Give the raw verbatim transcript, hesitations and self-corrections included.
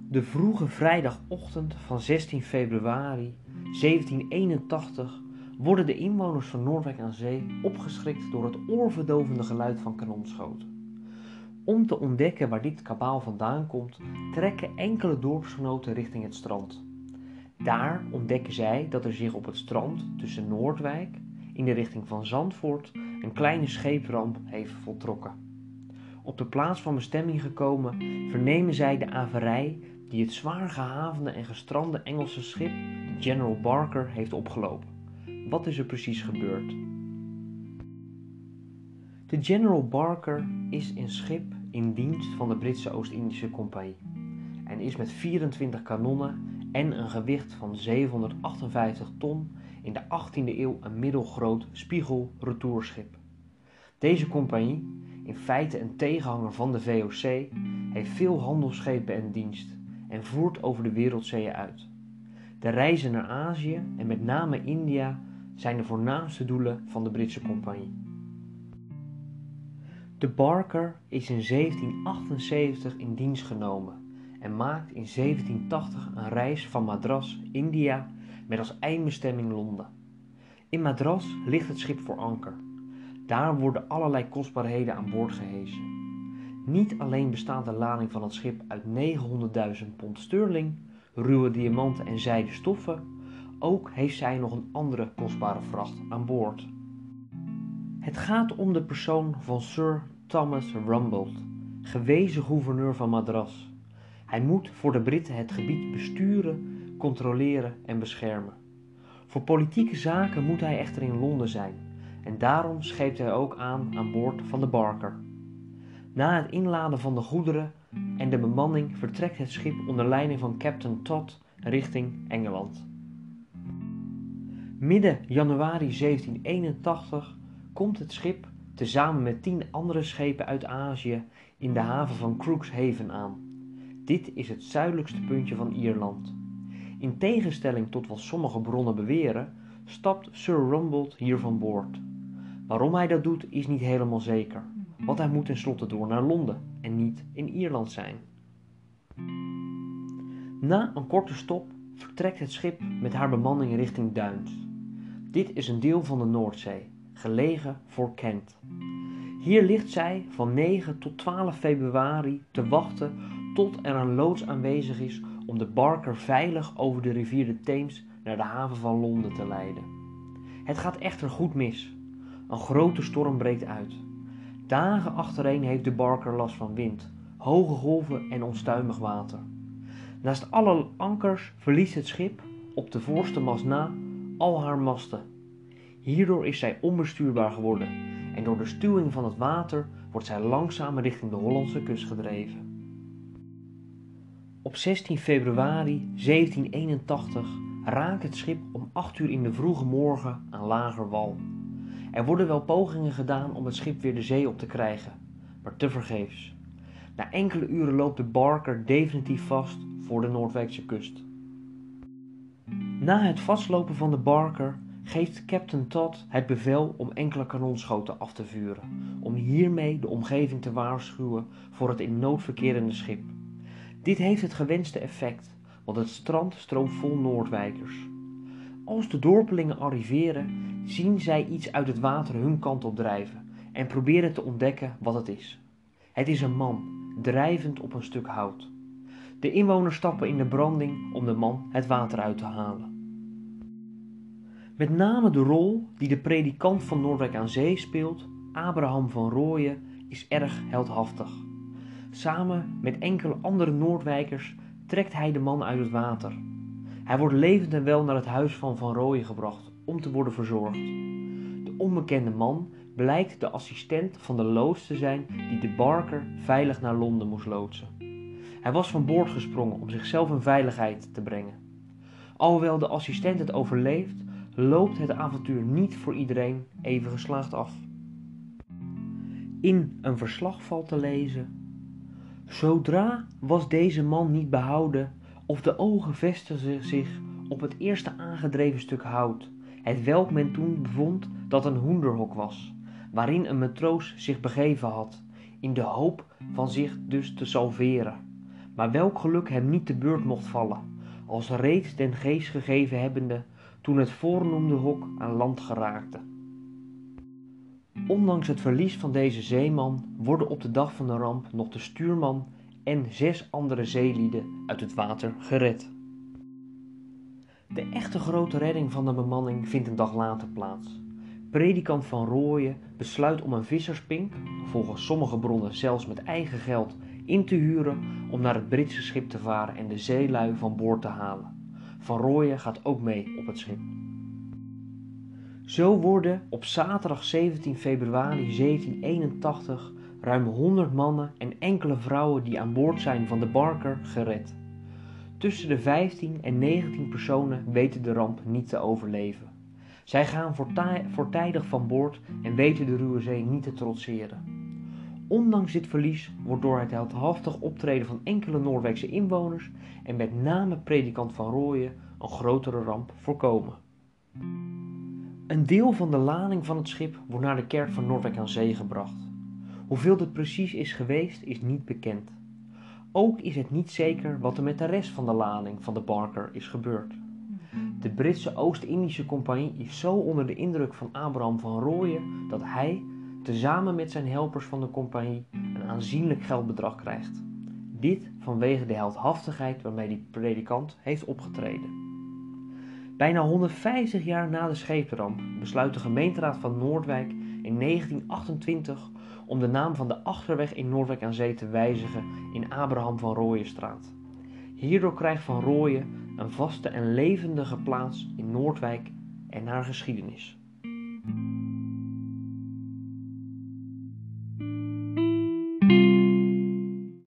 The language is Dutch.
De vroege vrijdagochtend van zestien februari zeventienhonderdeenentachtig worden de inwoners van Noordwijk aan Zee opgeschrikt door het oorverdovende geluid van kanonschoten. Om te ontdekken waar dit kabaal vandaan komt, trekken enkele dorpsgenoten richting het strand. Daar ontdekken zij dat er zich op het strand tussen Noordwijk in de richting van Zandvoort een kleine scheepsramp heeft voltrokken. Op de plaats van bestemming gekomen vernemen zij de averij die het zwaar gehavende en gestrande Engelse schip de General Barker heeft opgelopen. Wat is er precies gebeurd? De General Barker is een schip in dienst van de Britse Oost-Indische Compagnie en is met vierentwintig kanonnen en een gewicht van zevenhonderdachtenvijftig ton in de achttiende eeuw een middelgroot spiegel-retourschip. Deze compagnie, in feite een tegenhanger van de V O C, heeft veel handelsschepen in dienst en voert over de wereldzeeën uit. De reizen naar Azië en met name India zijn de voornaamste doelen van de Britse compagnie. De Barker is in zeventienhonderdachtenzeventig in dienst genomen en maakt in zeventientachtig een reis van Madras, India, met als eindbestemming Londen. In Madras ligt het schip voor anker. Daar worden allerlei kostbaarheden aan boord gehesen. Niet alleen bestaat de lading van het schip uit negenhonderdduizend pond sterling, ruwe diamanten en zijden stoffen, ook heeft zij nog een andere kostbare vracht aan boord. Het gaat om de persoon van Sir Thomas Rumbold, gewezen gouverneur van Madras. Hij moet voor de Britten het gebied besturen, controleren en beschermen. Voor politieke zaken moet hij echter in Londen zijn en daarom scheept hij ook aan aan boord van de Barker. Na het inladen van de goederen en de bemanning vertrekt het schip onder leiding van Captain Todd richting Engeland. Midden januari zeventienhonderdeenentachtig komt het schip tezamen met tien andere schepen uit Azië in de haven van Crookshaven aan. Dit is het zuidelijkste puntje van Ierland. In tegenstelling tot wat sommige bronnen beweren, stapt Sir Rumbold hier van boord. Waarom hij dat doet is niet helemaal zeker, want hij moet tenslotte door naar Londen en niet in Ierland zijn. Na een korte stop vertrekt het schip met haar bemanning richting Duins. Dit is een deel van de Noordzee, gelegen voor Kent. Hier ligt zij van negen tot twaalf februari te wachten tot er een loods aanwezig is om de Barker veilig over de rivier de Theems naar de haven van Londen te leiden. Het gaat echter goed mis. Een grote storm breekt uit. Dagen achtereen heeft de Barker last van wind, hoge golven en onstuimig water. Naast alle ankers verliest het schip, op de voorste mast na, al haar masten. Hierdoor is zij onbestuurbaar geworden en door de stuwing van het water wordt zij langzaam richting de Hollandse kust gedreven. Op zestien februari zeventienhonderdeenentachtig raakt het schip om acht uur in de vroege morgen aan lager wal. Er worden wel pogingen gedaan om het schip weer de zee op te krijgen, maar tevergeefs. Na enkele uren loopt de Barker definitief vast voor de Noordwijkse kust. Na het vastlopen van de Barker geeft Captain Todd het bevel om enkele kanonschoten af te vuren, om hiermee de omgeving te waarschuwen voor het in nood verkerende schip. Dit heeft het gewenste effect, want het strand stroomt vol Noordwijkers. Als de dorpelingen arriveren, zien zij iets uit het water hun kant op drijven en proberen te ontdekken wat het is. Het is een man, drijvend op een stuk hout. De inwoners stappen in de branding om de man het water uit te halen. Met name de rol die de predikant van Noordwijk aan Zee speelt, Abraham van Rooyen, is erg heldhaftig. Samen met enkele andere Noordwijkers trekt hij de man uit het water. Hij wordt levend en wel naar het huis van Van Rooyen gebracht om te worden verzorgd. De onbekende man blijkt de assistent van de loods te zijn die de Barker veilig naar Londen moest loodsen. Hij was van boord gesprongen om zichzelf in veiligheid te brengen. Alhoewel de assistent het overleeft, loopt het avontuur niet voor iedereen even geslaagd af. In een verslag valt te lezen: zodra was deze man niet behouden, of de ogen vestigden zich op het eerste aangedreven stuk hout, het welk men toen bevond dat een hoenderhok was, waarin een matroos zich begeven had, in de hoop van zich dus te salveren. maar welk geluk hem niet te beurt mocht vallen, als reeds den geest gegeven hebbende, toen het voornoemde hok aan land geraakte. Ondanks het verlies van deze zeeman worden op de dag van de ramp nog de stuurman en zes andere zeelieden uit het water gered. De echte grote redding van de bemanning vindt een dag later plaats. Predikant van Rooyen besluit om een visserspink, volgens sommige bronnen zelfs met eigen geld, in te huren om naar het Britse schip te varen en de zeelui van boord te halen. Van Rooyen gaat ook mee op het schip. Zo worden op zaterdag zeventien februari zeventienhonderdeenentachtig ruim honderd mannen en enkele vrouwen die aan boord zijn van de Barker gered. Tussen de vijftien en negentien personen weten de ramp niet te overleven. Zij gaan voortij- voortijdig van boord en weten de ruwe zee niet te trotseren. Ondanks dit verlies wordt door het heldhaftig optreden van enkele Noorwijkse inwoners en met name predikant van Rooyen een grotere ramp voorkomen. Een deel van de lading van het schip wordt naar de kerk van Noordwijk aan Zee gebracht. Hoeveel dit precies is geweest is niet bekend. Ook is het niet zeker wat er met de rest van de lading van de Barker is gebeurd. De Britse Oost-Indische Compagnie is zo onder de indruk van Abraham van Rooyen dat hij, tezamen met zijn helpers van de compagnie, een aanzienlijk geldbedrag krijgt. Dit vanwege de heldhaftigheid waarmee die predikant heeft opgetreden. Bijna honderdvijftig jaar na de scheepsramp besluit de gemeenteraad van Noordwijk in negentien achtentwintig om de naam van de achterweg in Noordwijk aan Zee te wijzigen in Abraham van Rooyenstraat. Hierdoor krijgt Van Rooyen een vaste en levendige plaats in Noordwijk en haar geschiedenis.